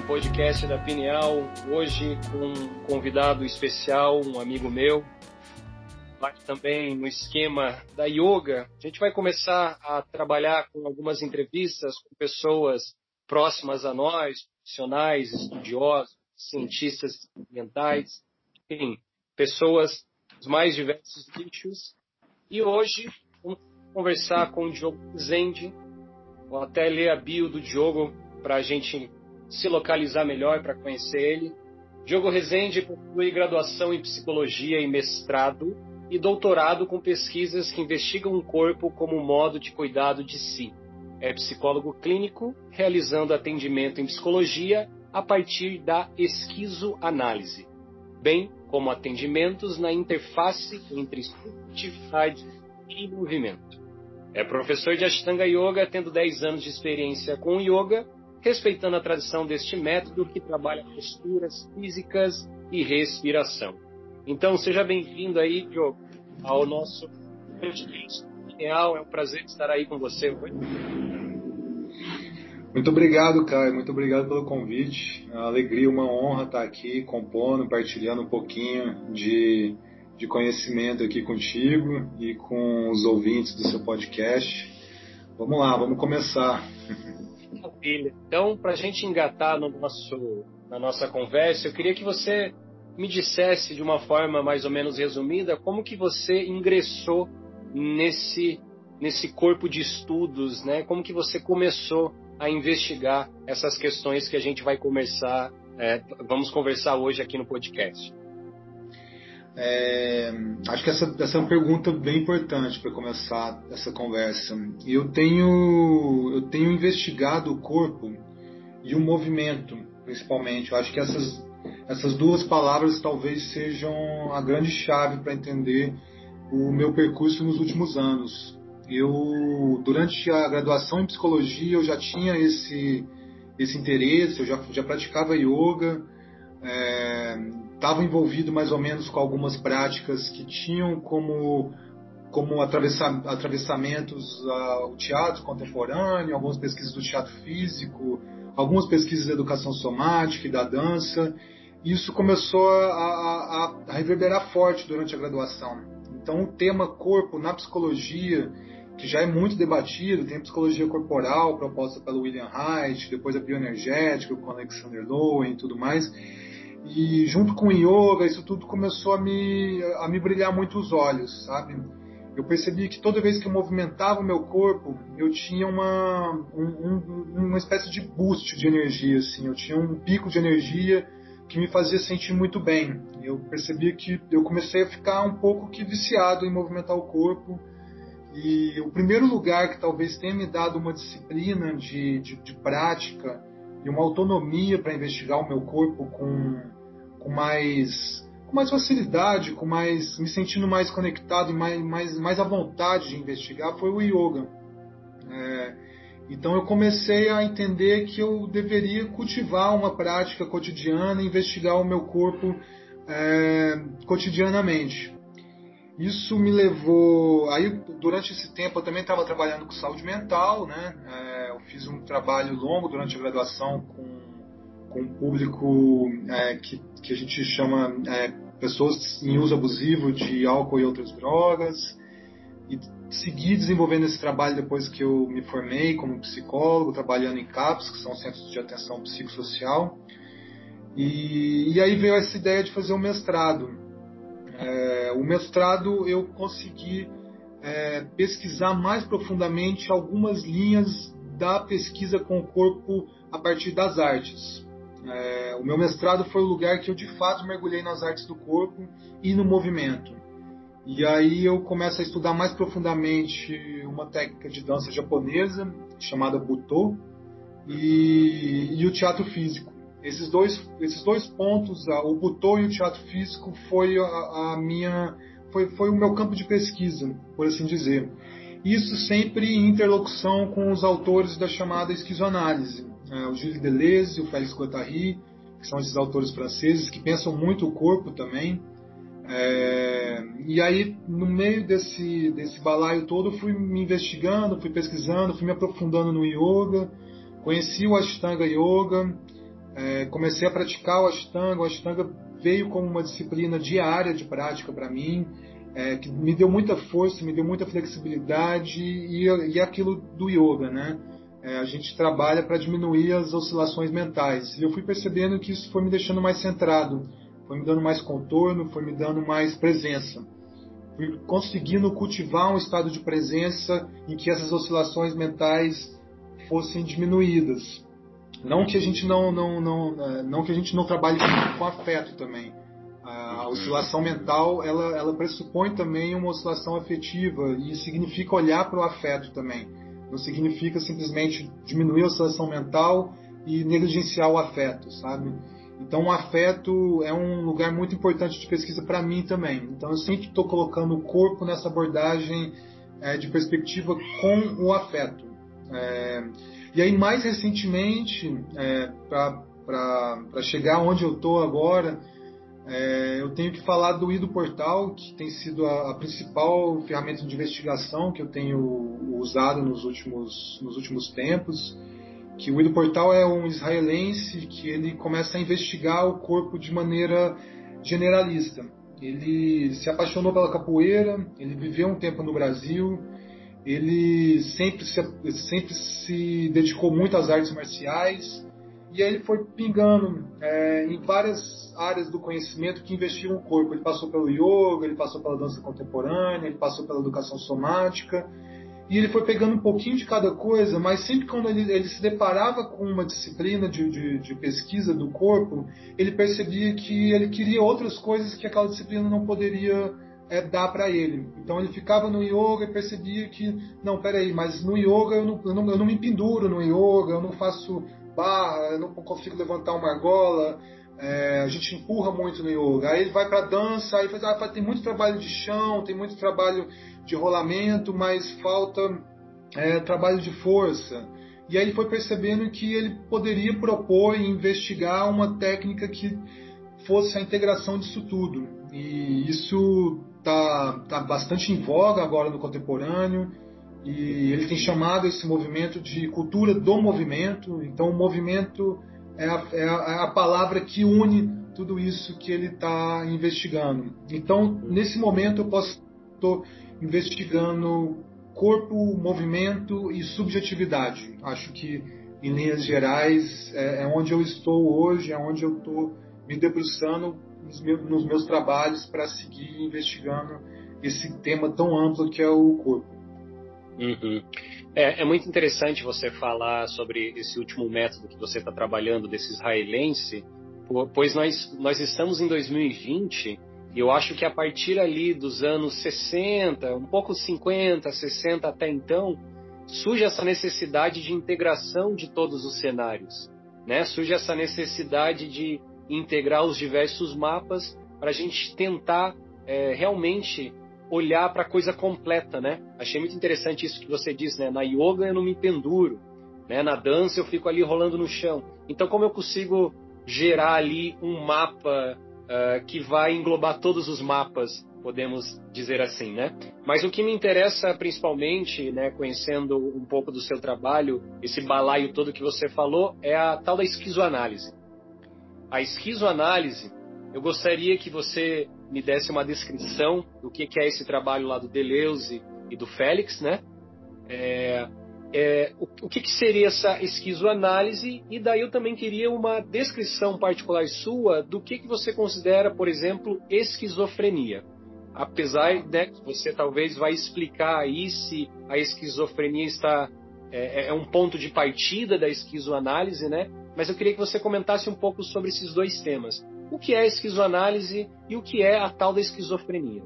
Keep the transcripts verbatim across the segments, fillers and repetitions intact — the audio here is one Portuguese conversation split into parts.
podcast da Pineal, hoje com um convidado especial, um amigo meu, também no esquema da yoga. A gente vai começar a trabalhar com algumas entrevistas com pessoas próximas a nós, profissionais, estudiosos, cientistas ambientais, enfim, pessoas dos mais diversos nichos. E hoje vamos conversar com o Diogo Rezende. Vou até ler a bio do Diogo para a gente se localizar melhor, para conhecer ele. Diogo Rezende possui graduação em psicologia e mestrado e doutorado com pesquisas que investigam o corpo como modo de cuidado de si. É psicólogo clínico, realizando atendimento em psicologia a partir da esquizoanálise, bem como atendimentos na interface entre subjetividade e movimento. É professor de Ashtanga Yoga, tendo dez anos de experiência com Yoga, respeitando a tradição deste método que trabalha posturas físicas e respiração. Então, seja bem-vindo aí, Diogo, ao nosso podcast. É um prazer estar aí com você hoje. Muito obrigado, Caio. Muito obrigado pelo convite. É uma alegria, uma honra estar aqui compondo, partilhando um pouquinho de, de conhecimento aqui contigo e com os ouvintes do seu podcast. Vamos lá, vamos começar. Maravilha. Então, para a gente engatar no nosso, na nossa conversa, eu queria que você me dissesse de uma forma mais ou menos resumida como que você ingressou nesse, nesse corpo de estudos, né? Como que você começou a investigar essas questões que a gente vai conversar, é, vamos conversar hoje aqui no podcast. É, acho que essa, essa é uma pergunta bem importante para começar essa conversa. Eu tenho, eu tenho investigado o corpo e o movimento, principalmente. Eu acho que essas, essas duas palavras talvez sejam a grande chave para entender o meu percurso nos últimos anos. Eu, durante a graduação em psicologia, eu já tinha esse, esse interesse, eu já, já praticava yoga, estava é, envolvido mais ou menos com algumas práticas que tinham como, como atravessa, atravessamentos uh, o teatro contemporâneo, algumas pesquisas do teatro físico, algumas pesquisas da educação somática e da dança. Isso começou a, a, a reverberar forte durante a graduação. Então, o tema corpo na psicologia, que já é muito debatido, tem a psicologia corporal proposta pelo William Haidt, depois a bioenergética com Alexander Lowen e tudo mais. E junto com o yoga, isso tudo começou a me, a me brilhar muito os olhos, sabe? Eu percebi que toda vez que eu movimentava o meu corpo, eu tinha uma, um, um, uma espécie de boost de energia, assim. Eu tinha um pico de energia que me fazia sentir muito bem. Eu percebi que eu comecei a ficar um pouco que viciado em movimentar o corpo. E o primeiro lugar que talvez tenha me dado uma disciplina de, de, de prática e uma autonomia para investigar o meu corpo com, com, mais, com mais facilidade, com mais, me sentindo mais conectado e mais, mais, mais à vontade de investigar, foi o yoga. É, então eu comecei a entender que eu deveria cultivar uma prática cotidiana e investigar o meu corpo é, cotidianamente. Isso me levou... Aí, durante esse tempo, eu também estava trabalhando com saúde mental, né? É, eu fiz um trabalho longo durante a graduação com, com um público é, que, que a gente chama é, pessoas em uso abusivo de álcool e outras drogas. E segui desenvolvendo esse trabalho depois que eu me formei como psicólogo, trabalhando em CAPS, que são Centros de Atenção Psicossocial. E, e aí veio essa ideia de fazer um mestrado. É, o mestrado eu consegui é, pesquisar mais profundamente algumas linhas da pesquisa com o corpo a partir das artes. É, o meu mestrado foi o lugar que eu de fato mergulhei nas artes do corpo e no movimento. E aí eu começo a estudar mais profundamente uma técnica de dança japonesa chamada Buto e, e o teatro físico. Esses dois, esses dois pontos, o Buto e o teatro físico, foi, a, a minha, foi, foi o meu campo de pesquisa, por assim dizer. Isso sempre em interlocução com os autores da chamada esquizoanálise. É, o Gilles Deleuze e o Félix Guattari, que são esses autores franceses que pensam muito o corpo também. É, e aí, no meio desse, desse balaio todo, eu fui me investigando, fui pesquisando, fui me aprofundando no yoga, conheci o Ashtanga Yoga. é, comecei a praticar o Ashtanga. O Ashtanga veio como uma disciplina diária de prática para mim, é, que me deu muita força, me deu muita flexibilidade, e, e aquilo do yoga, né? É, a gente trabalha para diminuir as oscilações mentais. E eu fui percebendo que isso foi me deixando mais centrado, foi me dando mais contorno, foi me dando mais presença. Fui conseguindo cultivar um estado de presença em que essas oscilações mentais fossem diminuídas. Não que a gente não, não, não, não, que a gente não trabalhe com, com afeto também. A oscilação mental, ela, ela pressupõe também uma oscilação afetiva, e significa olhar para o afeto também. Não significa simplesmente diminuir a oscilação mental e negligenciar o afeto, sabe? Então o afeto é um lugar muito importante de pesquisa para mim também. Então eu sempre estou colocando o corpo nessa abordagem é, de perspectiva com o afeto. É, e aí mais recentemente, é, para chegar onde eu estou agora, é, eu tenho que falar do Ido Portal, que tem sido a, a principal ferramenta de investigação que eu tenho usado nos últimos, nos últimos tempos. Que o Ido Portal é um israelense que ele começa a investigar o corpo de maneira generalista. Ele se apaixonou pela capoeira, ele viveu um tempo no Brasil, ele sempre se, sempre se dedicou muito às artes marciais, e aí ele foi pingando é, em várias áreas do conhecimento que investiam o corpo. Ele passou pelo yoga, ele passou pela dança contemporânea, ele passou pela educação somática, e ele foi pegando um pouquinho de cada coisa, mas sempre quando ele, ele se deparava com uma disciplina de, de, de pesquisa do corpo, ele percebia que ele queria outras coisas que aquela disciplina não poderia é, dar para ele. Então ele ficava no yoga e percebia que, não, peraí, mas no yoga eu não, eu não, eu não me penduro no yoga, eu não faço barra, eu não consigo levantar uma argola, é, a gente empurra muito no yoga. Aí ele vai para dança, aí faz, ah, tem muito trabalho de chão, tem muito trabalho de rolamento, mas falta é, trabalho de força. E aí ele foi percebendo que ele poderia propor e investigar uma técnica que fosse a integração disso tudo. E isso está tá bastante em voga agora no contemporâneo, e ele tem chamado esse movimento de cultura do movimento. Então o movimento é a, é a, é a palavra que une tudo isso que ele está investigando. Então nesse momento eu posso estou investigando corpo, movimento e subjetividade. Acho que, em linhas gerais, é, é onde eu estou hoje, é onde eu estou me debruçando nos meus, nos meus trabalhos para seguir investigando esse tema tão amplo que é o corpo. Uhum. É, é muito interessante você falar sobre esse último método que você está trabalhando, desse israelense, pois nós, nós estamos em dois mil e vinte. E eu acho que a partir ali dos anos sessenta, um pouco cinquenta, sessenta até então, surge essa necessidade de integração de todos os cenários, né? Surge essa necessidade de integrar os diversos mapas para a gente tentar é, realmente olhar para a coisa completa, né? Achei muito interessante isso que você disse, né? Na yoga eu não me penduro, né? Na dança eu fico ali rolando no chão. Então como eu consigo gerar ali um mapa Uh, que vai englobar todos os mapas, podemos dizer assim, né? Mas o que me interessa principalmente, né, conhecendo um pouco do seu trabalho, esse balaio todo que você falou, é a tal da esquizoanálise. A esquizoanálise, eu gostaria que você me desse uma descrição do que é esse trabalho lá do Deleuze e do Félix, né? É, é, o, o que, que seria essa esquizoanálise? E daí eu também queria uma descrição particular sua do que, que você considera, por exemplo, esquizofrenia. Apesar, né, que você talvez vai explicar aí se a esquizofrenia está, é, é um ponto de partida da esquizoanálise, né? Mas eu queria que você comentasse um pouco sobre esses dois temas. O que é a esquizoanálise e o que é a tal da esquizofrenia?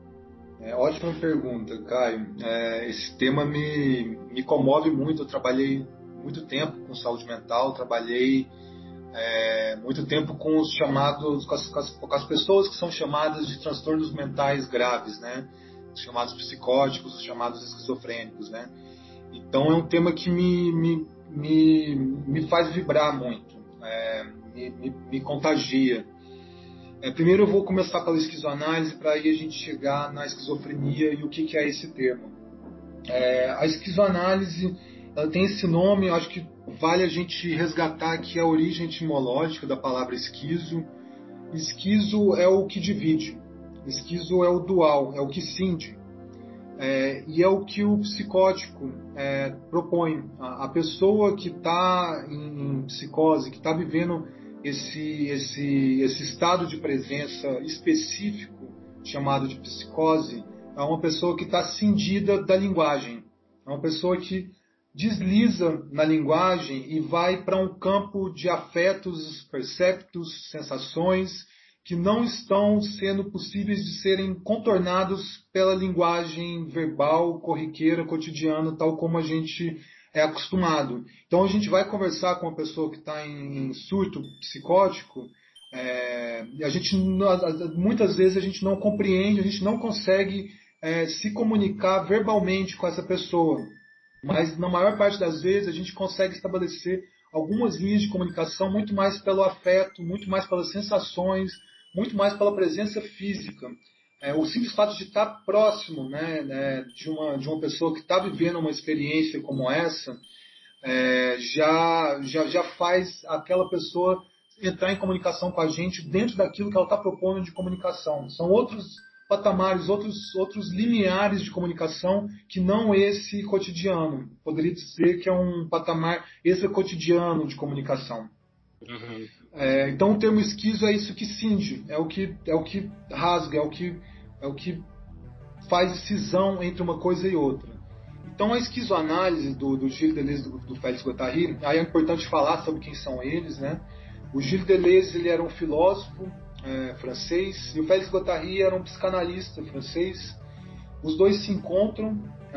É, ótima pergunta, Caio. É, esse tema me, me comove muito. Eu trabalhei muito tempo com saúde mental, trabalhei é, muito tempo com os chamados, com as, com, as, com as pessoas que são chamadas de transtornos mentais graves, né? Os chamados psicóticos, os chamados esquizofrênicos, né? Então é um tema que me, me, me, me faz vibrar muito, é, me, me, me contagia. É, primeiro eu vou começar pela esquizoanálise, para aí a gente chegar na esquizofrenia e o que, que é esse termo. É, a esquizoanálise ela tem esse nome, eu acho que vale a gente resgatar aqui a origem etimológica da palavra esquizo. Esquizo é o que divide, esquizo é o dual, é o que cinde. É, e é o que o psicótico é, propõe. A, a pessoa que está em, em psicose, que está vivendo esse, esse, esse estado de presença específico, chamado de psicose, é uma pessoa que está cindida da linguagem. É uma pessoa que desliza na linguagem e vai para um campo de afetos, perceptos, sensações que não estão sendo possíveis de serem contornados pela linguagem verbal, corriqueira, cotidiana, tal como a gente é acostumado. Então a gente vai conversar com uma pessoa que está em surto psicótico, é, a gente, muitas vezes a gente não compreende, a gente não consegue é, se comunicar verbalmente com essa pessoa, mas na maior parte das vezes a gente consegue estabelecer algumas linhas de comunicação muito mais pelo afeto, muito mais pelas sensações, muito mais pela presença física. É, o simples fato de estar próximo, né, né, de, uma, de uma pessoa que está vivendo uma experiência como essa, é, já, já, já faz aquela pessoa entrar em comunicação com a gente dentro daquilo que ela está propondo de comunicação. São outros patamares, outros, outros limiares de comunicação que não esse cotidiano. Poderia dizer que é um patamar extra-cotidiano de comunicação. Uhum. É, então o termo esquizo é isso que cinge, é o que, é o que rasga, é o que, é o que faz cisão entre uma coisa e outra. Então a esquizoanálise do, do Gilles Deleuze e do, do Félix Guattari, aí é importante falar sobre quem são eles, né? O Gilles Deleuze ele era um filósofo é, francês e o Félix Guattari era um psicanalista francês. Os dois se encontram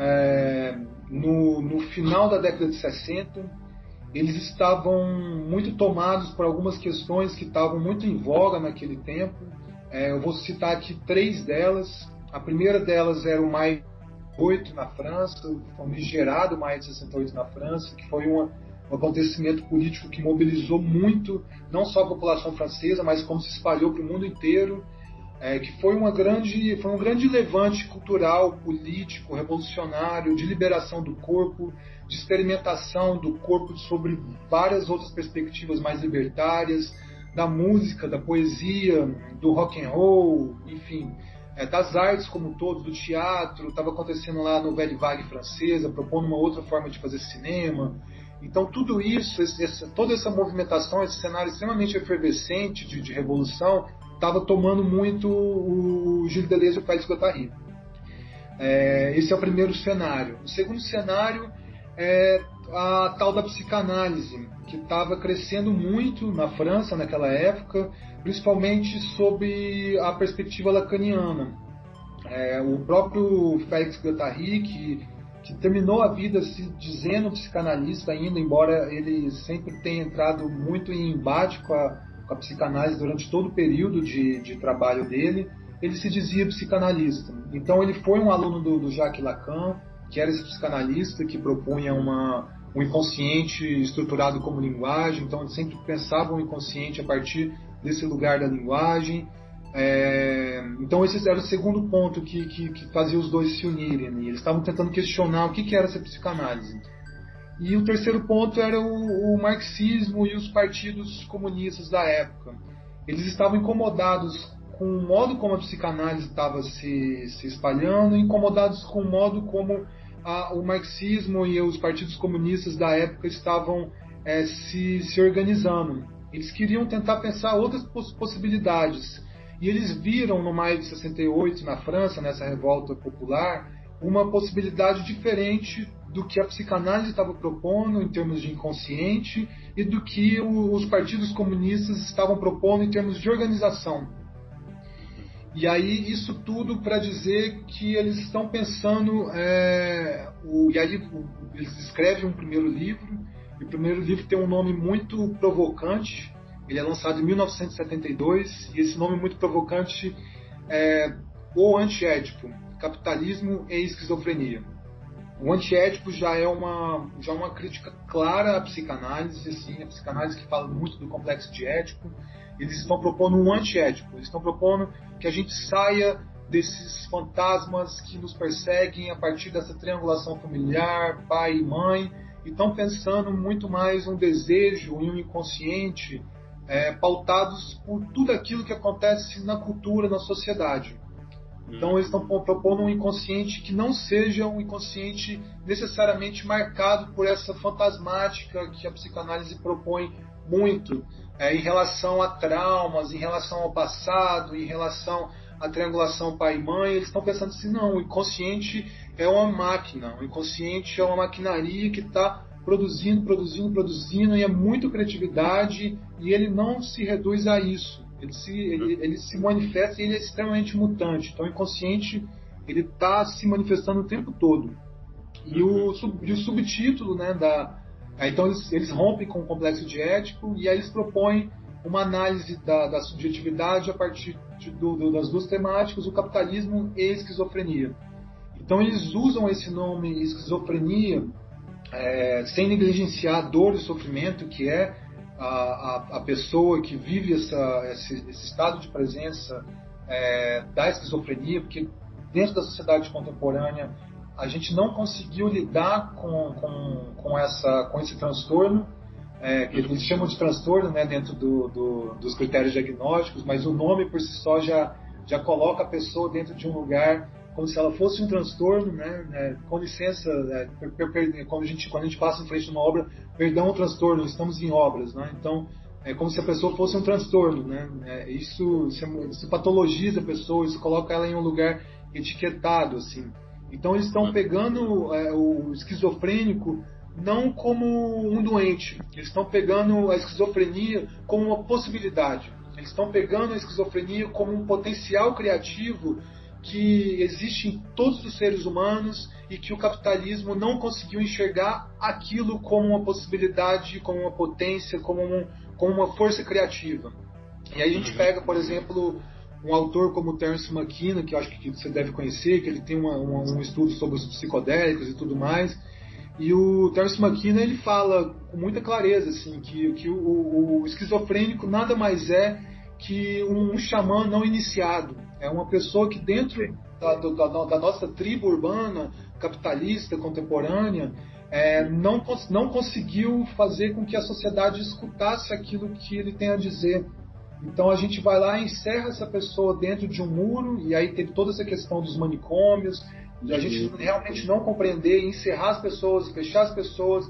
é, no, no final da década de sessenta. Eles estavam muito tomados por algumas questões que estavam muito em voga naquele tempo. É, eu vou citar aqui três delas. A primeira delas era o Maio de sessenta e oito na França, o famigerado Maio de sessenta e oito na França, que foi uma, um acontecimento político que mobilizou muito, não só a população francesa, mas como se espalhou para o mundo inteiro. É, que foi, uma grande, foi um grande levante cultural, político, revolucionário, de liberação do corpo, de experimentação do corpo sobre várias outras perspectivas mais libertárias, da música, da poesia, do rock and roll, enfim, é, das artes como um todo, do teatro. Estava acontecendo lá no Velho Vague francesa, propondo uma outra forma de fazer cinema. Então tudo isso, esse, toda essa movimentação, esse cenário extremamente efervescente de, de revolução, estava tomando muito o Gilles Deleuze e o Félix Guattari. É, esse é o primeiro cenário. O segundo cenário é a tal da psicanálise, que estava crescendo muito na França naquela época, principalmente sob a perspectiva lacaniana. É, o próprio Félix Guattari, que, que terminou a vida se dizendo psicanalista ainda, embora ele sempre tenha entrado muito em embate com a com a psicanálise durante todo o período de, de trabalho dele, ele se dizia psicanalista. Então ele foi um aluno do, do Jacques Lacan, que era esse psicanalista que propunha uma, um inconsciente estruturado como linguagem, então ele sempre pensava o inconsciente a partir desse lugar da linguagem. É, então esse era o segundo ponto que, que, que fazia os dois se unirem. Né? Eles estavam tentando questionar o que, que era essa psicanálise. E o terceiro ponto era o, o marxismo e os partidos comunistas da época. Eles estavam incomodados com o modo como a psicanálise estava se, se espalhando, incomodados com o modo como a, o marxismo e os partidos comunistas da época estavam é, se, se organizando. Eles queriam tentar pensar outras poss possibilidades. E eles viram no maio de sessenta e oito, na França, nessa revolta popular, uma possibilidade diferente do que a psicanálise estava propondo em termos de inconsciente e do que o, os partidos comunistas estavam propondo em termos de organização. E aí isso tudo para dizer que eles estão pensando, é, o, e aí o, eles escrevem um primeiro livro, e o primeiro livro tem um nome muito provocante. Ele é lançado em mil novecentos e setenta e dois, e esse nome muito provocante é O Antiédipo, Capitalismo e Esquizofrenia. O antiédipo já é uma, já é uma crítica clara à psicanálise, assim, a psicanálise que fala muito do complexo de Édipo. Eles estão propondo um antiédipo, eles estão propondo que a gente saia desses fantasmas que nos perseguem a partir dessa triangulação familiar, pai e mãe, e estão pensando muito mais um desejo e um inconsciente é, pautados por tudo aquilo que acontece na cultura, na sociedade. Então eles estão propondo um inconsciente que não seja um inconsciente necessariamente marcado por essa fantasmática que a psicanálise propõe muito é, em relação a traumas, em relação ao passado, em relação à triangulação pai e mãe. Eles estão pensando assim, não, o inconsciente é uma máquina, o inconsciente é uma maquinaria que está produzindo, produzindo, produzindo, e é muito criatividade, e ele não se reduz a isso. Ele se, ele, ele se manifesta e ele é extremamente mutante. Então o inconsciente ele está se manifestando o tempo todo. E o, sub, e o subtítulo, né, da, então eles, eles rompem com o complexo de Édipo, e aí eles propõem uma análise da, da subjetividade a partir de, do, do, das duas temáticas, o capitalismo e a esquizofrenia. Então eles usam esse nome esquizofrenia é, sem negligenciar a dor e o sofrimento que é A, a, a pessoa que vive essa, esse, esse estado de presença é, da esquizofrenia, porque dentro da sociedade contemporânea a gente não conseguiu lidar com, com, com, essa, com esse transtorno, é, que eles chamam de transtorno, né, dentro do, do, dos critérios diagnósticos, mas o nome por si só já, já coloca a pessoa dentro de um lugar como se ela fosse um transtorno, né? É, com licença, é, per, per, quando, a gente, quando a gente passa em frente a uma obra, perdão o transtorno, estamos em obras, né? Então, é como se a pessoa fosse um transtorno, né? É, isso, isso, isso patologiza a pessoa, isso coloca ela em um lugar etiquetado, assim. Então, eles estão pegando é, o esquizofrênico não como um doente, eles estão pegando a esquizofrenia como uma possibilidade, eles estão pegando a esquizofrenia como um potencial criativo que existe em todos os seres humanos e que o capitalismo não conseguiu enxergar aquilo como uma possibilidade, como uma potência, como, um, como uma força criativa. E aí a gente pega, por exemplo, um autor como Terence McKenna, que eu acho que você deve conhecer, que ele tem uma, uma, um estudo sobre os psicodélicos e tudo mais. E o Terence McKenna ele fala com muita clareza assim, que, que o, o esquizofrênico nada mais é que um, um xamã não iniciado. É uma pessoa que dentro da, da, da nossa tribo urbana, capitalista, contemporânea, é, não, não conseguiu fazer com que a sociedade escutasse aquilo que ele tem a dizer. Então a gente vai lá e encerra essa pessoa dentro de um muro, e aí teve toda essa questão dos manicômios, de a gente realmente não compreender, encerrar as pessoas, fechar as pessoas,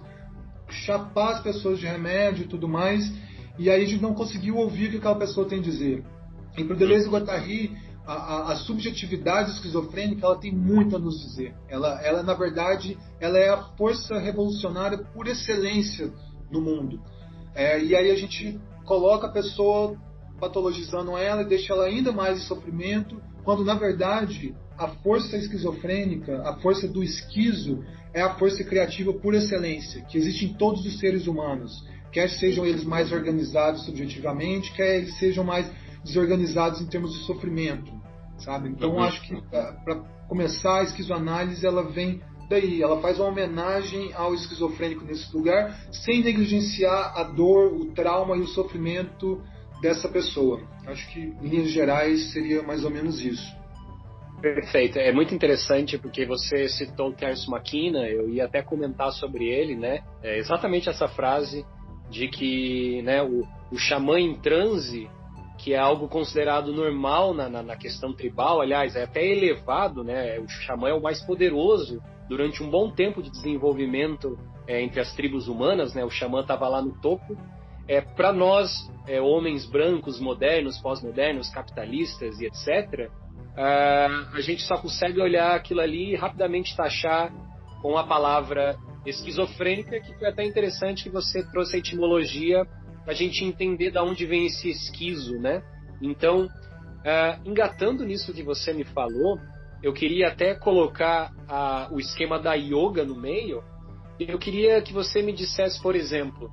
chapar as pessoas de remédio e tudo mais, e aí a gente não conseguiu ouvir o que aquela pessoa tem a dizer. E para o Deleuze e Guattari, a, a, a subjetividade esquizofrênica ela tem muito a nos dizer. Ela, ela, na verdade, ela é a força revolucionária por excelência no mundo. É, e aí a gente coloca a pessoa patologizando ela e deixa ela ainda mais em sofrimento, quando, na verdade, a força esquizofrênica, a força do esquizo, é a força criativa por excelência, que existe em todos os seres humanos, quer sejam eles mais organizados subjetivamente, quer eles sejam mais desorganizados em termos de sofrimento, sabe? Então, acho que para começar a esquizoanálise, ela vem daí, ela faz uma homenagem ao esquizofrênico nesse lugar, sem negligenciar a dor, o trauma e o sofrimento dessa pessoa. Acho que, em linhas gerais, seria mais ou menos isso. Perfeito. É muito interessante porque você citou o Terence McKenna, eu ia até comentar sobre ele, né? É exatamente essa frase de que, né, o, o xamã em transe, que é algo considerado normal na, na, na questão tribal, aliás, é até elevado, né? O xamã é o mais poderoso durante um bom tempo de desenvolvimento é, entre as tribos humanas, né? O xamã estava lá no topo. É, para nós, é, homens brancos, modernos, pós-modernos, capitalistas e etcétera, uh, a gente só consegue olhar aquilo ali e rapidamente taxar com a palavra esquizofrênica, que foi até interessante que você trouxe a etimologia para a gente entender de onde vem esse esquizo, né? Então, uh, engatando nisso que você me falou, eu queria até colocar uh, o esquema da yoga no meio, e eu queria que você me dissesse, por exemplo,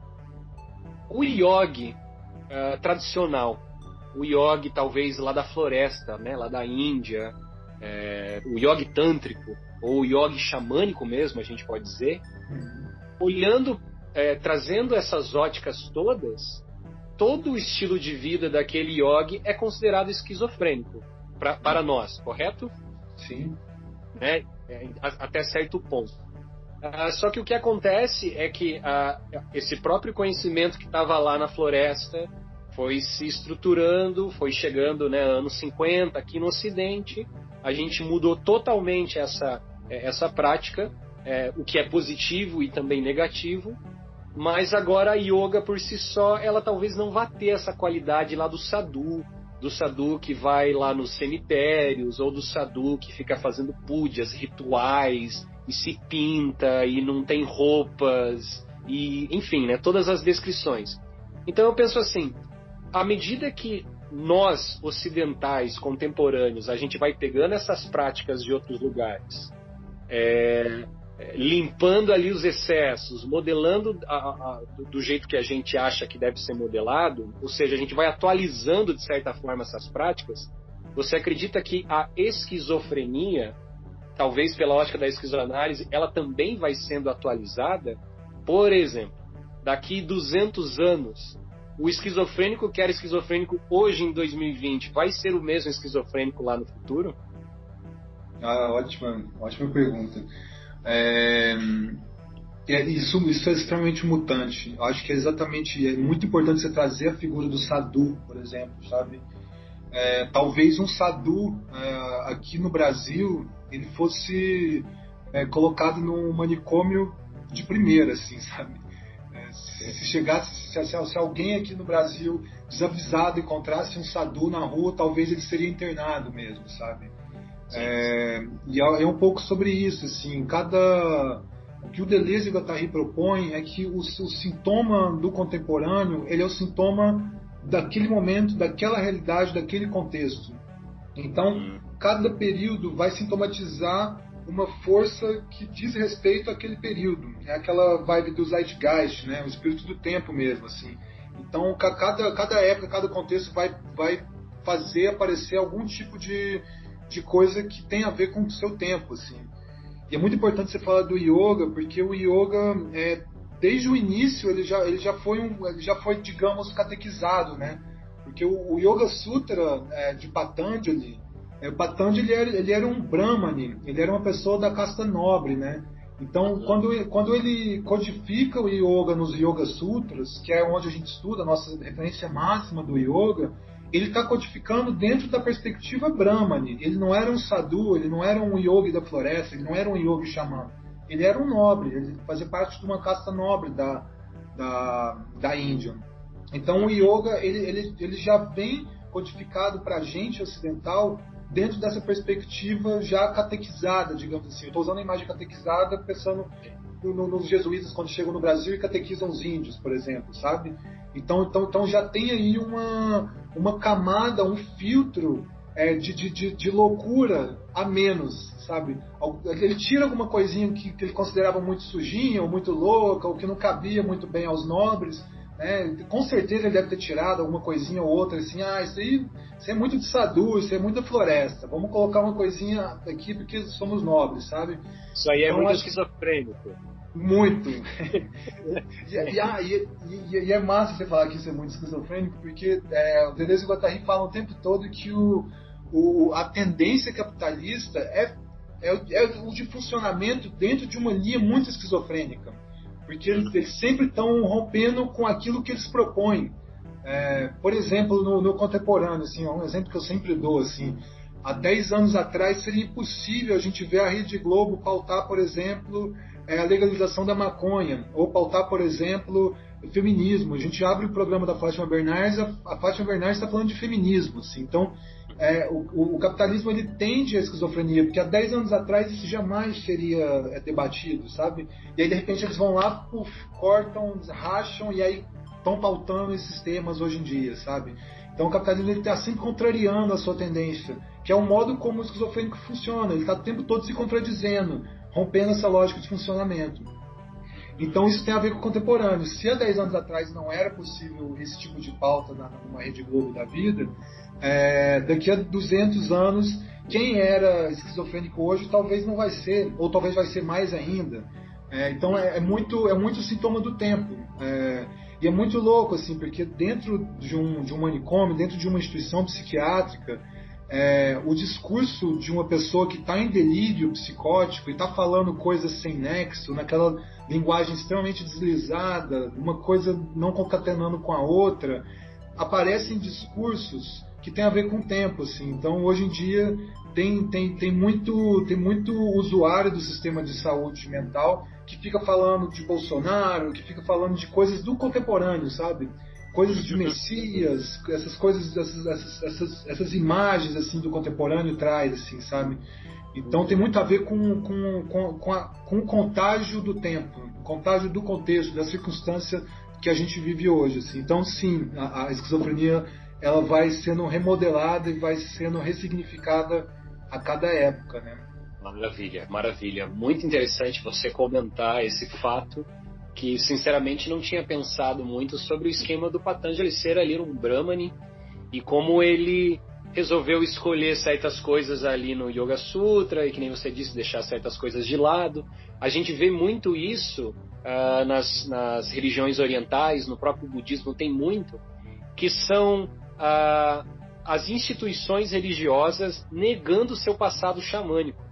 o yogi uh, tradicional, o yogi talvez lá da floresta, né, lá da Índia, é, o yogi tântrico, ou o yogi xamânico mesmo, a gente pode dizer, olhando, é, trazendo essas óticas todas, todo o estilo de vida daquele yogi é considerado esquizofrênico, pra, para nós, correto? Sim. Né? É, até certo ponto. Ah, só que o que acontece é que ah, esse próprio conhecimento que estava lá na floresta foi se estruturando, foi chegando, né, anos cinquenta, aqui no Ocidente, a gente mudou totalmente essa, essa prática, é, o que é positivo e também negativo, mas agora a yoga por si só, ela talvez não vá ter essa qualidade lá do sadhu, do sadhu que vai lá nos cemitérios, ou do sadhu que fica fazendo pujas, rituais, e se pinta, e não tem roupas, e enfim, né, todas as descrições. Então eu penso assim, à medida que nós, ocidentais, contemporâneos, a gente vai pegando essas práticas de outros lugares, é, limpando ali os excessos, modelando a, a, do jeito que a gente acha que deve ser modelado, ou seja, a gente vai atualizando de certa forma essas práticas, você acredita que a esquizofrenia, talvez pela ótica da esquizoanálise, ela também vai sendo atualizada? Por exemplo, daqui duzentos anos, o esquizofrênico que era esquizofrênico hoje em dois mil e vinte vai ser o mesmo esquizofrênico lá no futuro? Ah, ótima, ótima pergunta. É, isso, isso é extremamente mutante. Eu acho que é exatamente, é muito importante você trazer a figura do sadhu, por exemplo, sabe? É, talvez um sadhu é, aqui no Brasil ele fosse é, colocado num manicômio de primeira, assim, sabe? É, se, se chegasse, se, se alguém aqui no Brasil desavisado encontrasse um sadhu na rua, talvez ele seria internado mesmo, sabe? É, e é um pouco sobre isso, assim, cada o que o Deleuze e o Guattari propõem é que o, o sintoma do contemporâneo ele é o sintoma daquele momento, daquela realidade, daquele contexto. Então, cada período vai sintomatizar uma força que diz respeito àquele período. É aquela vibe do Zeitgeist, né? O espírito do tempo mesmo, assim. Então, cada, cada época, cada contexto vai, vai fazer aparecer algum tipo de, de coisa que tem a ver com o seu tempo, assim. E é muito importante você falar do yoga, porque o yoga, é, desde o início, ele já, ele já foi, um, ele já foi, digamos, catequizado, né? Porque o, o Yoga Sutra é, de Patanjali, é, o Patanjali ele era, ele era um Brahmani, ele era uma pessoa da casta nobre, né? Então, uhum. quando, quando ele codifica o yoga nos Yoga Sutras, que é onde a gente estuda, a nossa referência máxima do yoga, ele está codificando dentro da perspectiva Brahmani. Ele não era um sadhu, ele não era um yogi da floresta, ele não era um yogi xamã. Ele era um nobre, ele fazia parte de uma casta nobre da, da, da Índia. Então o yoga ele, ele, ele já vem codificado para a gente ocidental dentro dessa perspectiva já catequizada, digamos assim. Eu estou usando a imagem catequizada pensando no, nos jesuítas quando chegam no Brasil e catequizam os índios, por exemplo, sabe? Então, então, então já tem aí uma, uma camada, um filtro é, de, de, de, de loucura a menos, sabe? Ele tira alguma coisinha que, que ele considerava muito sujinha ou muito louca ou que não cabia muito bem aos nobres. É, com certeza ele deve ter tirado alguma coisinha ou outra, assim, ah, isso aí isso é muito de sadhu, isso é muito floresta, vamos colocar uma coisinha aqui porque somos nobres, sabe? Isso aí é então, muito acho... esquizofrênico. Muito. e, e, ah, e, e, e é massa você falar que isso é muito esquizofrênico, porque é, o Deleuze e o Guattari falam o tempo todo que o, o, a tendência capitalista é, é, é o de funcionamento dentro de uma linha muito esquizofrênica. Porque eles, eles sempre estão rompendo com aquilo que eles propõem. É, por exemplo, no, no contemporâneo, assim, um exemplo que eu sempre dou, assim, há dez anos atrás seria impossível a gente ver a Rede Globo pautar, por exemplo, é, a legalização da maconha, ou pautar, por exemplo, o feminismo. A gente abre o programa da Fátima Bernardes, a, a Fátima Bernardes está falando de feminismo. Assim, então, é, o, o capitalismo ele tende à esquizofrenia, porque há dez anos atrás isso jamais seria é, debatido, sabe? E aí, de repente, eles vão lá, puff, cortam, racham, e aí estão pautando esses temas hoje em dia, sabe? Então, o capitalismo está sempre contrariando a sua tendência, que é o modo como o esquizofrênico funciona. Ele está o tempo todo se contradizendo, rompendo essa lógica de funcionamento. Então isso tem a ver com o contemporâneo. Se há dez anos atrás não era possível esse tipo de pauta numa Rede Globo da vida, é, daqui a duzentos anos, quem era esquizofrênico hoje talvez não vai ser, ou talvez vai ser mais ainda. É, então é, é, muito, é muito sintoma do tempo. É, e é muito louco, assim, porque dentro de um, de um manicômio, dentro de uma instituição psiquiátrica, é, o discurso de uma pessoa que está em delírio psicótico e está falando coisas sem nexo, naquela linguagem extremamente deslizada, uma coisa não concatenando com a outra, aparecem discursos que têm a ver com o tempo, assim. Então, hoje em dia, tem, tem, tem, muito, tem muito usuário do sistema de saúde mental que fica falando de Bolsonaro, que fica falando de coisas do contemporâneo, sabe? Coisas de Messias, essas coisas, essas, essas, essas, essas imagens assim do contemporâneo traz, assim, sabe? Então tem muito a ver com, com, com, com, a, com o contágio do tempo, o contágio do contexto, da circunstância que a gente vive hoje, assim. Então sim, a, a esquizofrenia ela vai sendo remodelada e vai sendo ressignificada a cada época, né? Maravilha, maravilha. Muito interessante você comentar esse fato, que sinceramente não tinha pensado muito sobre o esquema do Patanjali ser ali um Brahmani e como ele resolveu escolher certas coisas ali no Yoga Sutra e, que nem você disse, deixar certas coisas de lado. A gente vê muito isso uh, nas, nas religiões orientais, no próprio budismo tem muito, que são uh, as instituições religiosas negando o seu passado xamânico,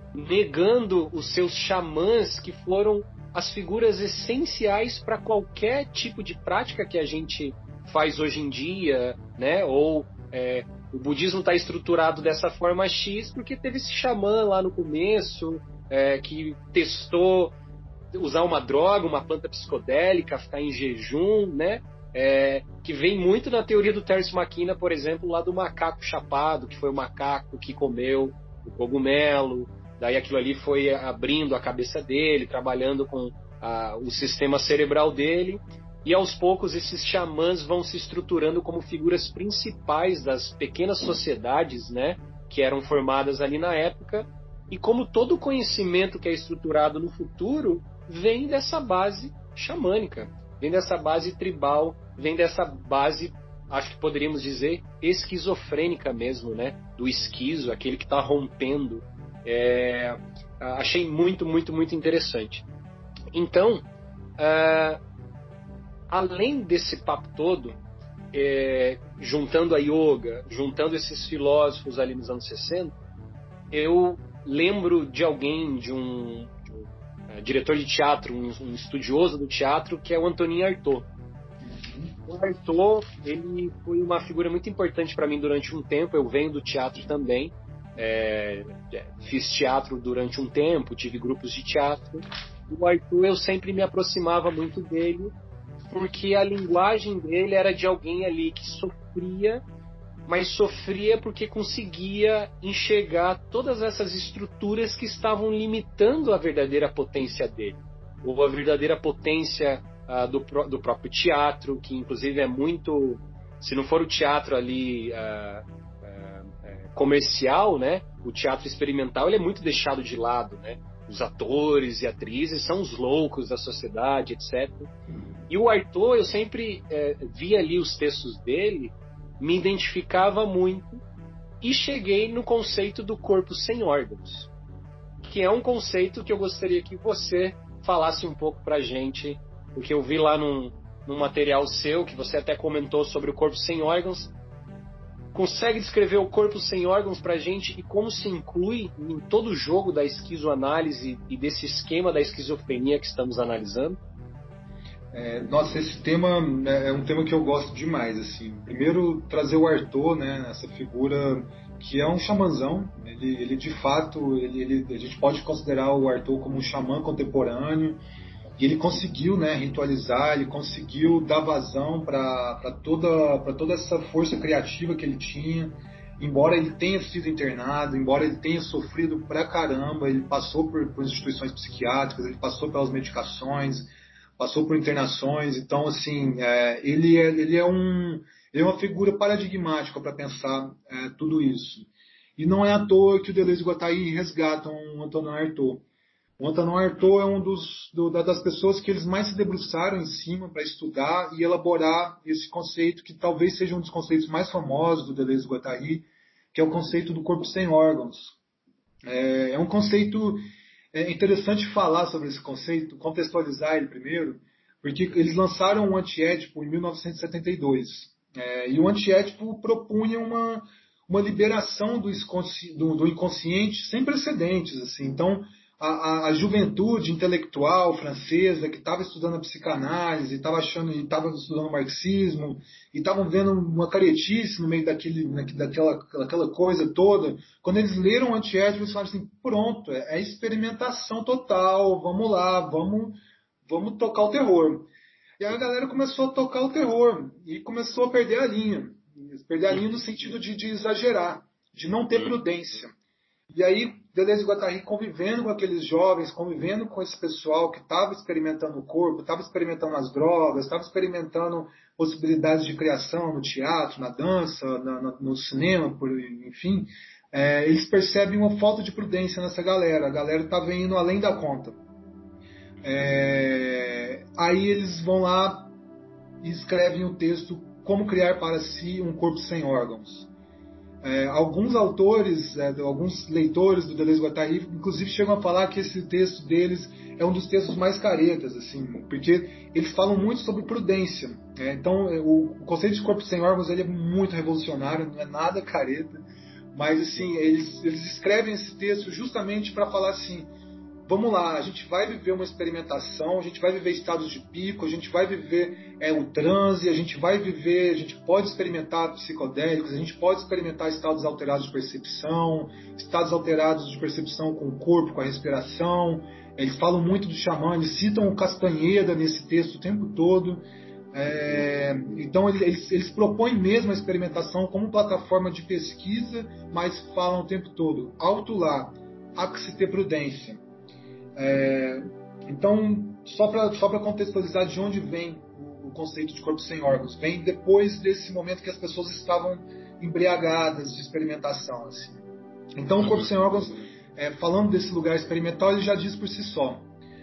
negando os seus xamãs que foram as figuras essenciais para qualquer tipo de prática que a gente faz hoje em dia, né? Ou é, o budismo está estruturado dessa forma X porque teve esse xamã lá no começo é, que testou usar uma droga, uma planta psicodélica, ficar em jejum, né? É, que vem muito na teoria do Terence McKenna, por exemplo, lá do macaco chapado, que foi o macaco que comeu o cogumelo. Daí aquilo ali foi abrindo a cabeça dele, trabalhando com a, o sistema cerebral dele. E aos poucos esses xamãs vão se estruturando como figuras principais das pequenas sociedades, né, que eram formadas ali na época. E como todo conhecimento que é estruturado no futuro vem dessa base xamânica, vem dessa base tribal, vem dessa base, acho que poderíamos dizer, esquizofrênica mesmo, né, do esquizo, aquele que está rompendo. É, achei muito, muito, muito interessante. Então, uh, além desse papo todo, é, juntando a yoga, juntando esses filósofos ali nos anos sessenta, eu lembro de alguém, de um, de um uh, diretor de teatro, um, um estudioso do teatro, que é o Antonin Artaud. O Artaud, ele foi uma figura muito importante para mim durante um tempo. Eu venho do teatro também. É, fiz teatro durante um tempo, tive grupos de teatro. O Artaud, eu sempre me aproximava muito dele porque a linguagem dele era de alguém ali que sofria, mas sofria porque conseguia enxergar todas essas estruturas que estavam limitando a verdadeira potência dele, ou a verdadeira potência uh, do, do próprio teatro, que inclusive é muito, se não for o teatro ali uh, comercial, né? O teatro experimental ele é muito deixado de lado, né? Os atores e atrizes são os loucos da sociedade, etcétera. E o Artaud, eu sempre é, via ali os textos dele, me identificava muito e cheguei no conceito do corpo sem órgãos, que é um conceito que eu gostaria que você falasse um pouco pra gente, porque eu vi lá num, num material seu, que você até comentou sobre o corpo sem órgãos. Consegue descrever o corpo sem órgãos pra gente e como se inclui em todo o jogo da esquizoanálise e desse esquema da esquizofrenia que estamos analisando? É, nossa, esse tema é um tema que eu gosto demais, assim. Primeiro, trazer o Artaud, né, essa figura que é um xamanzão. Ele, ele de fato, ele, ele, a gente pode considerar o Artaud como um xamã contemporâneo. E ele conseguiu, né, ritualizar, ele conseguiu dar vazão para toda, para toda essa força criativa que ele tinha. Embora ele tenha sido internado, embora ele tenha sofrido pra caramba, ele passou por, por instituições psiquiátricas, ele passou pelas medicações, passou por internações. Então, assim, é, ele, é, ele, é um, ele é uma figura paradigmática para pensar é, tudo isso. E não é à toa que o Deleuze e Guattari resgatam o Antonin Artaud. O Antonin Artaud é um dos, do, das pessoas que eles mais se debruçaram em cima para estudar e elaborar esse conceito, que talvez seja um dos conceitos mais famosos do Deleuze e Guattari, que é o conceito do corpo sem órgãos. É, é um conceito é interessante falar sobre esse conceito, contextualizar ele primeiro, porque eles lançaram um antiédipo em mil novecentos e setenta e dois. É, e o antiédipo propunha uma, uma liberação do, do, do inconsciente sem precedentes, assim. Então, a, a, a juventude intelectual francesa que estava estudando a psicanálise, estava achando, estava estudando o marxismo, e estavam vendo uma caretice no meio daquele, daquela, daquela coisa toda, quando eles leram o Anti-Édipo, eles falaram assim, pronto, é, é experimentação total, vamos lá, vamos, vamos tocar o terror. E aí a galera começou a tocar o terror, e começou a perder a linha. Perder a linha no sentido de, de exagerar, de não ter prudência. E aí, Deleuze e Guattari convivendo com aqueles jovens, convivendo com esse pessoal que estava experimentando o corpo, estava experimentando as drogas, estava experimentando possibilidades de criação no teatro, na dança, na, na, no cinema, por, enfim, é, eles percebem uma falta de prudência nessa galera. A galera estava indo além da conta. É, aí eles vão lá e escrevem o texto Como Criar para Si um Corpo Sem Órgãos. É, alguns autores, é, alguns leitores do Deleuze e Guattari, inclusive chegam a falar que esse texto deles é um dos textos mais caretas, assim, porque eles falam muito sobre prudência. É, então, o, o conceito de corpo sem órgãos ele é muito revolucionário, não é nada careta, mas assim, eles, eles escrevem esse texto justamente para falar assim, vamos lá, a gente vai viver uma experimentação, a gente vai viver estados de pico, a gente vai viver é, o transe, a gente vai viver, a gente pode experimentar psicodélicos, a gente pode experimentar estados alterados de percepção, estados alterados de percepção com o corpo, com a respiração. Eles falam muito do xamã, eles citam o Castanheda nesse texto o tempo todo. É, então eles, eles propõem mesmo a experimentação como plataforma de pesquisa, mas falam o tempo todo, alto lá, há que se ter prudência. É, então, só para só para contextualizar de onde vem o, o conceito de corpo sem órgãos, vem depois desse momento que as pessoas estavam embriagadas de experimentação. Assim. Então, o corpo sem órgãos, é, falando desse lugar experimental, ele já diz por si só.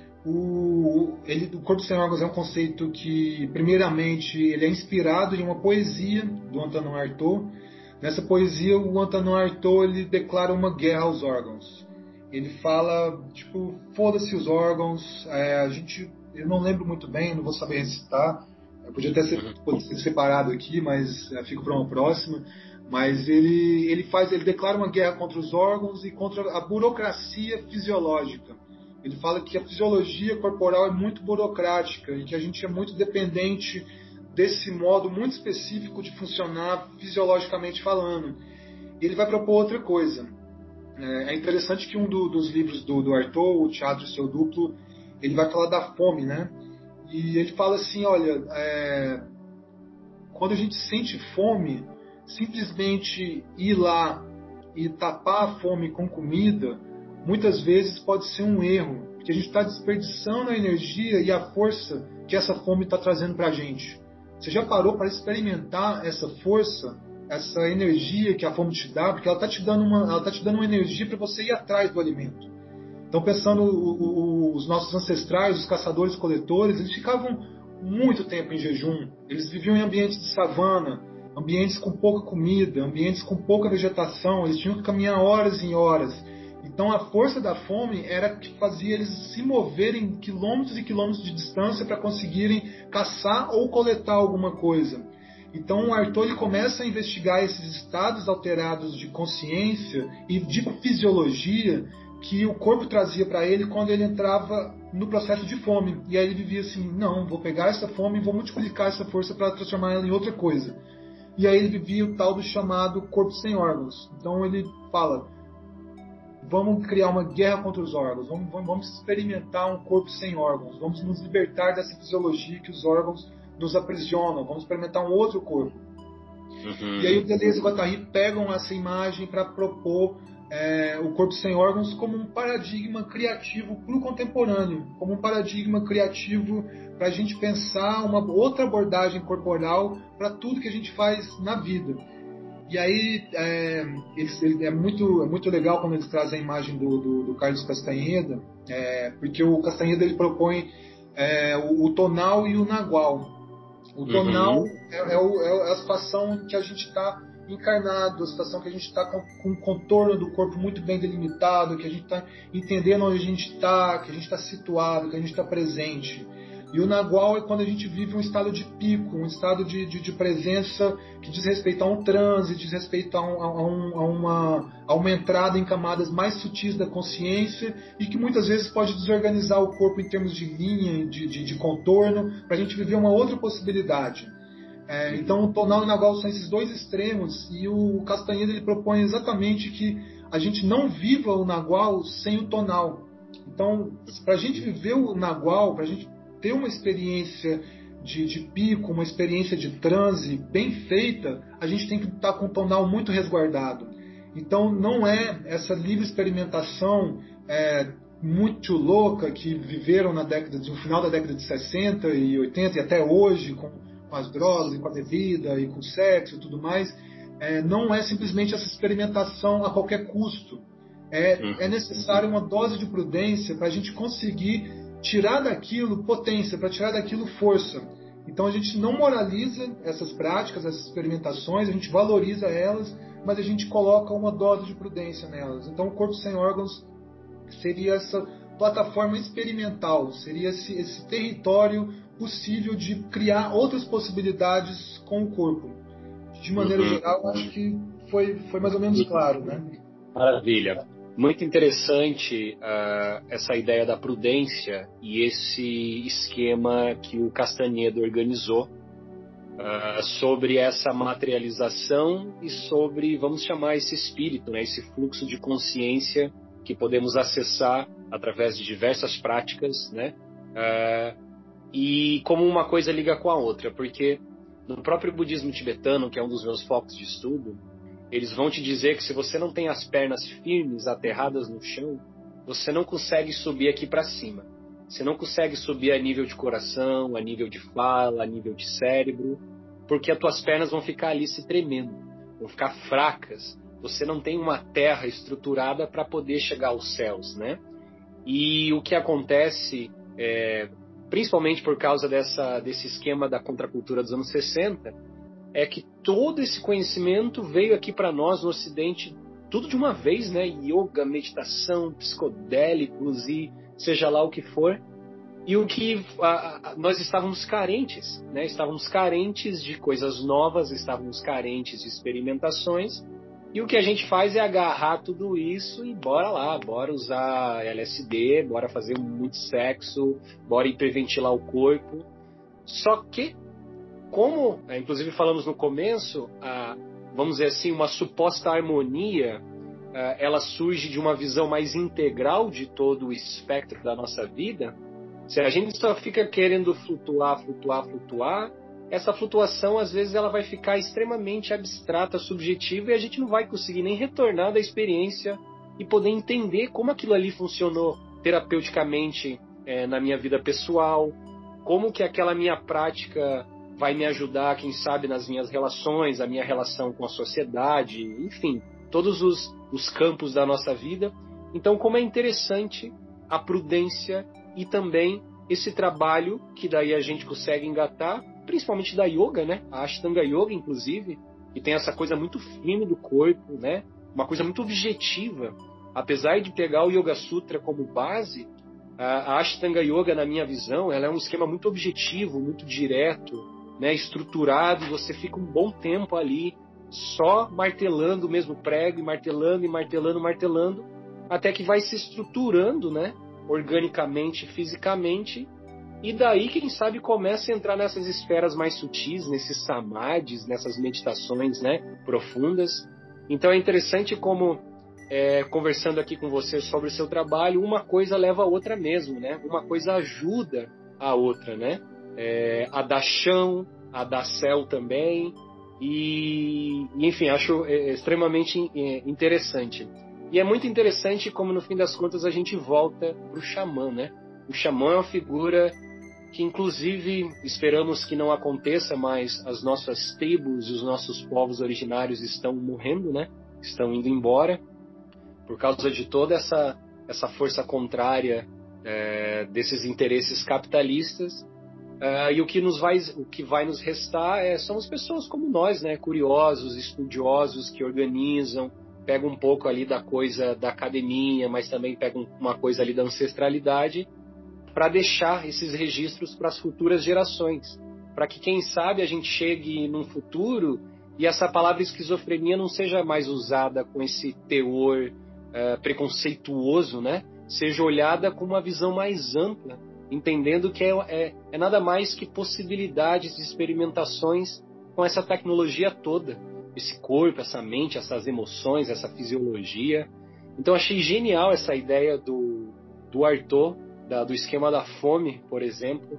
O, ele, o corpo sem órgãos é um conceito que, primeiramente, ele é inspirado em uma poesia do Antonin Artaud. Nessa poesia, o Antonin Artaud ele declara uma guerra aos órgãos. Ele fala, tipo, foda-se os órgãos, é, a gente, eu não lembro muito bem, não vou saber recitar, eu podia até ser, pode ser separado aqui, mas é, fico para uma próxima, mas ele, ele faz, ele declara uma guerra contra os órgãos e contra a burocracia fisiológica. Ele fala que a fisiologia corporal é muito burocrática e que a gente é muito dependente desse modo muito específico de funcionar fisiologicamente falando. E ele vai propor outra coisa. É interessante que um do, dos livros do, do Artaud, O Teatro e Seu Duplo, ele vai falar da fome, né? E ele fala assim, olha, é, quando a gente sente fome, simplesmente ir lá e tapar a fome com comida, muitas vezes pode ser um erro, porque a gente está desperdiçando a energia e a força que essa fome está trazendo para a gente. Você já parou para experimentar essa força, essa energia que a fome te dá, porque ela está te dando uma, ela tá te dando uma energia para você ir atrás do alimento. Então, pensando o, o, os nossos ancestrais, os caçadores-coletores, eles ficavam muito tempo em jejum. Eles viviam em ambientes de savana, ambientes com pouca comida, ambientes com pouca vegetação. Eles tinham que caminhar horas e horas. Então, a força da fome era que fazia eles se moverem quilômetros e quilômetros de distância para conseguirem caçar ou coletar alguma coisa. Então o Artaud ele começa a investigar esses estados alterados de consciência e de fisiologia que o corpo trazia para ele quando ele entrava no processo de fome. E aí ele vivia assim, não, vou pegar essa fome e vou multiplicar essa força para transformar ela em outra coisa. E aí ele vivia o tal do chamado corpo sem órgãos. Então ele fala, vamos criar uma guerra contra os órgãos, vamos, vamos, vamos experimentar um corpo sem órgãos, vamos nos libertar dessa fisiologia que os órgãos nos aprisionam, vamos experimentar um outro corpo. Uhum. E aí o Deleuze e o Guattari pegam essa imagem para propor é, o corpo sem órgãos como um paradigma criativo para o contemporâneo, como um paradigma criativo para a gente pensar uma outra abordagem corporal para tudo que a gente faz na vida. E aí é, eles, é, muito, é muito legal quando eles trazem a imagem do, do, do Carlos Castanheda, é, porque o Castanheda ele propõe é, o, o tonal e o nagual. O tonal uhum. é, é, o, é a situação que a gente está encarnado, a situação que a gente está com, com o contorno do corpo muito bem delimitado, que a gente está entendendo onde a gente está, que a gente está situado, que a gente está presente. E o Nagual é quando a gente vive um estado de pico, um estado de, de, de presença que diz respeito a um transe, diz respeito a, um, a, um, a, uma, a uma entrada em camadas mais sutis da consciência e que muitas vezes pode desorganizar o corpo em termos de linha, de, de, de contorno, para a gente viver uma outra possibilidade. É, então o tonal e o Nagual são esses dois extremos e o Castaneda ele propõe exatamente que a gente não viva o Nagual sem o tonal. Então, para a gente viver o Nagual, para a gente ter uma experiência de, de pico, uma experiência de transe bem feita, a gente tem que estar com o tonal muito resguardado. Então não é essa livre experimentação é, muito louca que viveram na década de, no final da década de sessenta e oitenta e até hoje, com, com as drogas e com a bebida e com o sexo e tudo mais. É, não é simplesmente essa experimentação a qualquer custo. É, é necessário uma dose de prudência para a gente conseguir tirar daquilo potência, para tirar daquilo força. Então a gente não moraliza essas práticas, essas experimentações, a gente valoriza elas, mas a gente coloca uma dose de prudência nelas. Então o corpo sem órgãos seria essa plataforma experimental, seria esse, esse território possível de criar outras possibilidades com o corpo. De maneira uhum. geral, acho que foi, foi mais ou menos claro, né? Maravilha. Muito interessante uh, essa ideia da prudência e esse esquema que o Castaneda organizou uh, sobre essa materialização e sobre, vamos chamar, esse espírito, né, esse fluxo de consciência que podemos acessar através de diversas práticas, né, uh, e como uma coisa liga com a outra, porque no próprio budismo tibetano, que é um dos meus focos de estudo, eles vão te dizer que se você não tem as pernas firmes, aterradas no chão, você não consegue subir aqui para cima. Você não consegue subir a nível de coração, a nível de fala, a nível de cérebro, porque as tuas pernas vão ficar ali se tremendo, vão ficar fracas. Você não tem uma terra estruturada para poder chegar aos céus, né? E o que acontece, é, principalmente por causa dessa, desse esquema da contracultura dos anos sessenta, é que todo esse conhecimento veio aqui para nós no Ocidente, tudo de uma vez, né? Yoga, meditação, psicodélicos e seja lá o que for. E o que a, a, nós estávamos carentes, né? Estávamos carentes de coisas novas, estávamos carentes de experimentações. E o que a gente faz é agarrar tudo isso e bora lá, bora usar L S D, bora fazer muito sexo, bora hiperventilar o corpo. Só que como, inclusive falamos no começo, a, vamos dizer assim, uma suposta harmonia, a, ela surge de uma visão mais integral de todo o espectro da nossa vida. Se a gente só fica querendo flutuar, flutuar, flutuar, essa flutuação às vezes ela vai ficar extremamente abstrata, subjetiva, e a gente não vai conseguir nem retornar da experiência e poder entender como aquilo ali funcionou terapeuticamente é, na minha vida pessoal, como que aquela minha prática vai me ajudar, quem sabe, nas minhas relações, a minha relação com a sociedade, enfim, todos os, os campos da nossa vida. Então, como é interessante a prudência e também esse trabalho que daí a gente consegue engatar, principalmente da yoga, né? A Ashtanga Yoga, inclusive, que tem essa coisa muito firme do corpo, né? Uma coisa muito objetiva. Apesar de pegar o Yoga Sutra como base, a Ashtanga Yoga, na minha visão, ela é um esquema muito objetivo, muito direto, né, estruturado, e você fica um bom tempo ali só martelando o mesmo prego, e martelando, e martelando, martelando, até que vai se estruturando, né, organicamente, fisicamente, e daí, quem sabe, começa a entrar nessas esferas mais sutis, nesses samadhis, nessas meditações, né, profundas. Então é interessante como, é, conversando aqui com você sobre o seu trabalho, uma coisa leva a outra mesmo, né, uma coisa ajuda a outra, né. É, a dar chão, a dar céu também, e, enfim, acho é, extremamente é, interessante. E é muito interessante como, no fim das contas, a gente volta para o xamã, né? O xamã é uma figura que, inclusive, esperamos que não aconteça, mas as nossas tribos e os nossos povos originários estão morrendo, né? Estão indo embora, por causa de toda essa, essa força contrária é, desses interesses capitalistas. Uh, e o que, nos vai, o que vai nos restar é, são as pessoas como nós, né? Curiosos, estudiosos, que organizam, pegam um pouco ali da coisa da academia, mas também pegam uma coisa ali da ancestralidade, para deixar esses registros para as futuras gerações, para que, quem sabe, a gente chegue num futuro e essa palavra esquizofrenia não seja mais usada com esse teor uh, preconceituoso, né? Seja olhada com uma visão mais ampla, entendendo que é, é, é nada mais que possibilidades de experimentações com essa tecnologia toda, esse corpo, essa mente, essas emoções, essa fisiologia. Então achei genial essa ideia do, do Arthur, da, do esquema da fome, por exemplo.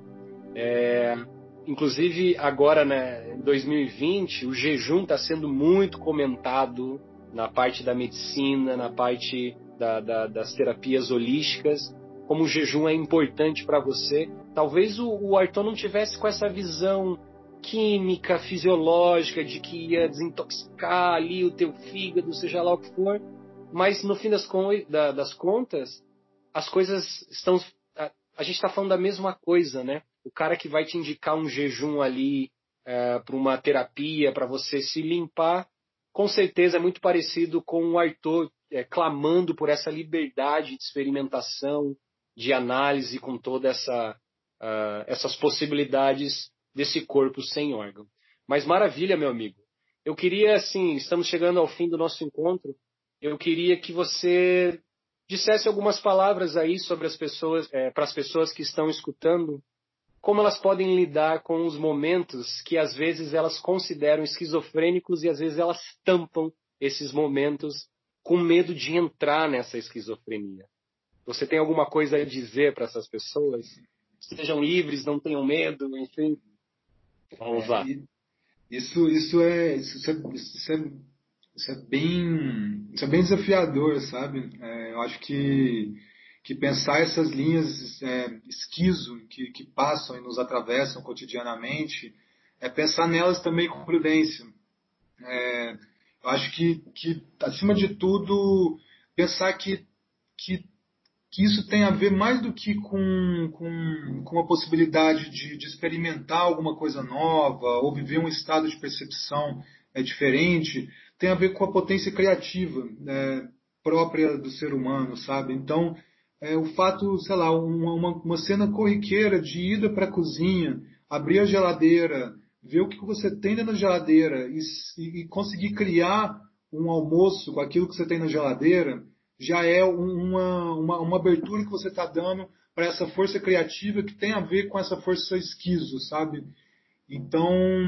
É, inclusive agora, né, em dois mil e vinte, o jejum está sendo muito comentado na parte da medicina, na parte da, da, das terapias holísticas, como o jejum é importante para você. Talvez o, o Arthur não tivesse com essa visão química, fisiológica, de que ia desintoxicar ali o teu fígado, seja lá o que for, mas no fim das, da, das contas, as coisas estão... A, a gente está falando da mesma coisa, né? O cara que vai te indicar um jejum ali é, para uma terapia, para você se limpar, com certeza é muito parecido com o Arthur é, clamando por essa liberdade de experimentação, de análise com todas essa, uh, essas possibilidades desse corpo sem órgão. Mas maravilha, meu amigo. Eu queria, assim, estamos chegando ao fim do nosso encontro, eu queria que você dissesse algumas palavras aí sobre as pessoas, é, para as pessoas que estão escutando, como elas podem lidar com os momentos que às vezes elas consideram esquizofrênicos e às vezes elas tampam esses momentos com medo de entrar nessa esquizofrenia. Você tem alguma coisa a dizer para essas pessoas? Sejam livres, não tenham medo, enfim. Vamos lá. É, isso, isso, é, isso, é, isso, é, isso, é bem, isso é bem desafiador, sabe? É, eu acho que, que pensar essas linhas é, esquizo que, que passam e nos atravessam cotidianamente, é pensar nelas também com prudência. É, eu acho que, que, acima de tudo, pensar que, que que isso tem a ver mais do que com, com, com a possibilidade de, de experimentar alguma coisa nova ou viver um estado de percepção é, diferente, tem a ver com a potência criativa é, própria do ser humano, sabe? Então, é, o fato, sei lá, uma, uma, uma cena corriqueira de ida para a cozinha, abrir a geladeira, ver o que você tem na geladeira e, e, e conseguir criar um almoço com aquilo que você tem na geladeira, já é uma, uma, uma abertura que você está dando para essa força criativa que tem a ver com essa força esquizo, sabe? Então,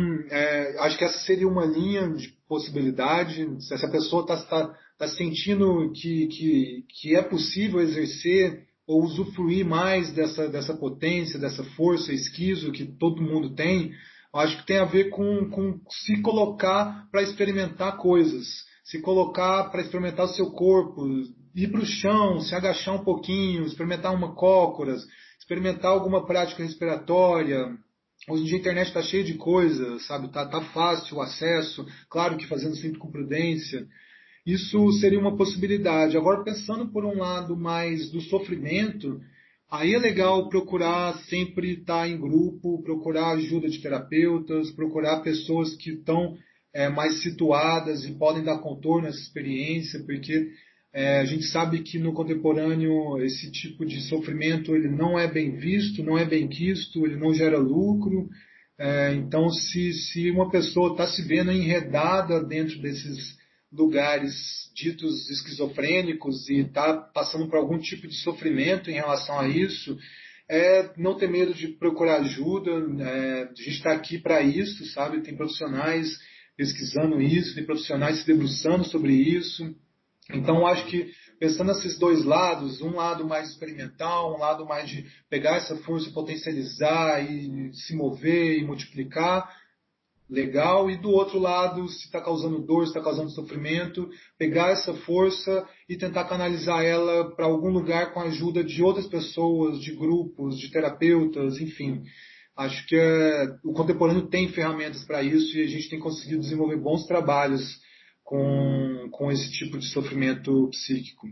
é, acho que essa seria uma linha de possibilidade. Se essa pessoa está tá, tá sentindo que, que, que é possível exercer ou usufruir mais dessa, dessa potência, dessa força esquizo que todo mundo tem, acho que tem a ver com, com se colocar para experimentar coisas, se colocar para experimentar o seu corpo, ir para o chão, se agachar um pouquinho, experimentar uma cócoras, experimentar alguma prática respiratória. Hoje em dia a internet está cheia de coisas, sabe? Tá, tá fácil o acesso, claro que fazendo sempre com prudência. Isso seria uma possibilidade. Agora, pensando por um lado mais do sofrimento, aí é legal procurar sempre estar em grupo, procurar ajuda de terapeutas, procurar pessoas que estão é, mais situadas e podem dar contorno a essa experiência, porque é, a gente sabe que no contemporâneo esse tipo de sofrimento ele não é bem visto, não é bem quisto, ele não gera lucro. É, então, se, se uma pessoa está se vendo enredada dentro desses lugares ditos esquizofrênicos e está passando por algum tipo de sofrimento em relação a isso, é não ter medo de procurar ajuda. É, a gente está aqui para isso, sabe? Tem profissionais pesquisando isso, tem profissionais se debruçando sobre isso. Então, acho que pensando nesses dois lados, um lado mais experimental, um lado mais de pegar essa força, potencializar e se mover e multiplicar, legal, e do outro lado, se está causando dor, se está causando sofrimento, pegar essa força e tentar canalizar ela para algum lugar com a ajuda de outras pessoas, de grupos, de terapeutas, enfim. Acho que é, o contemporâneo tem ferramentas para isso e a gente tem conseguido desenvolver bons trabalhos com, com esse tipo de sofrimento psíquico.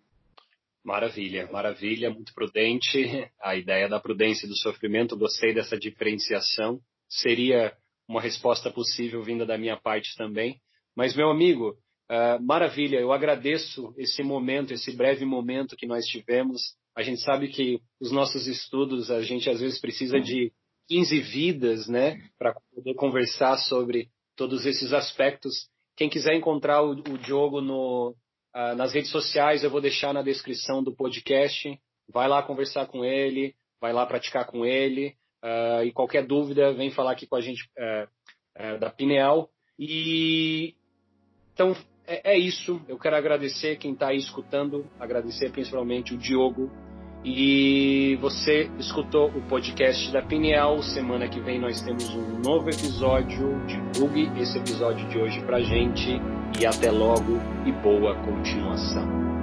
Maravilha, maravilha, muito prudente. A ideia da prudência e do sofrimento, gostei dessa diferenciação. Seria uma resposta possível vinda da minha parte também. Mas, meu amigo, uh, maravilha, eu agradeço esse momento, esse breve momento que nós tivemos A gente sabe que os nossos estudos, a gente às vezes precisa de quinze vidas, né, para poder conversar sobre todos esses aspectos. Quem quiser encontrar o, o Diogo no, uh, nas redes sociais, eu vou deixar na descrição do podcast. Vai lá conversar com ele, vai lá praticar com ele. Uh, e qualquer dúvida, vem falar aqui com a gente uh, uh, da Pineal. E então é, é isso. Eu quero agradecer quem está aí escutando, agradecer principalmente o Diogo. E você escutou o podcast da Pineal. Semana que vem nós temos um novo episódio. Divulgue esse episódio de hoje pra gente. E até logo e boa continuação.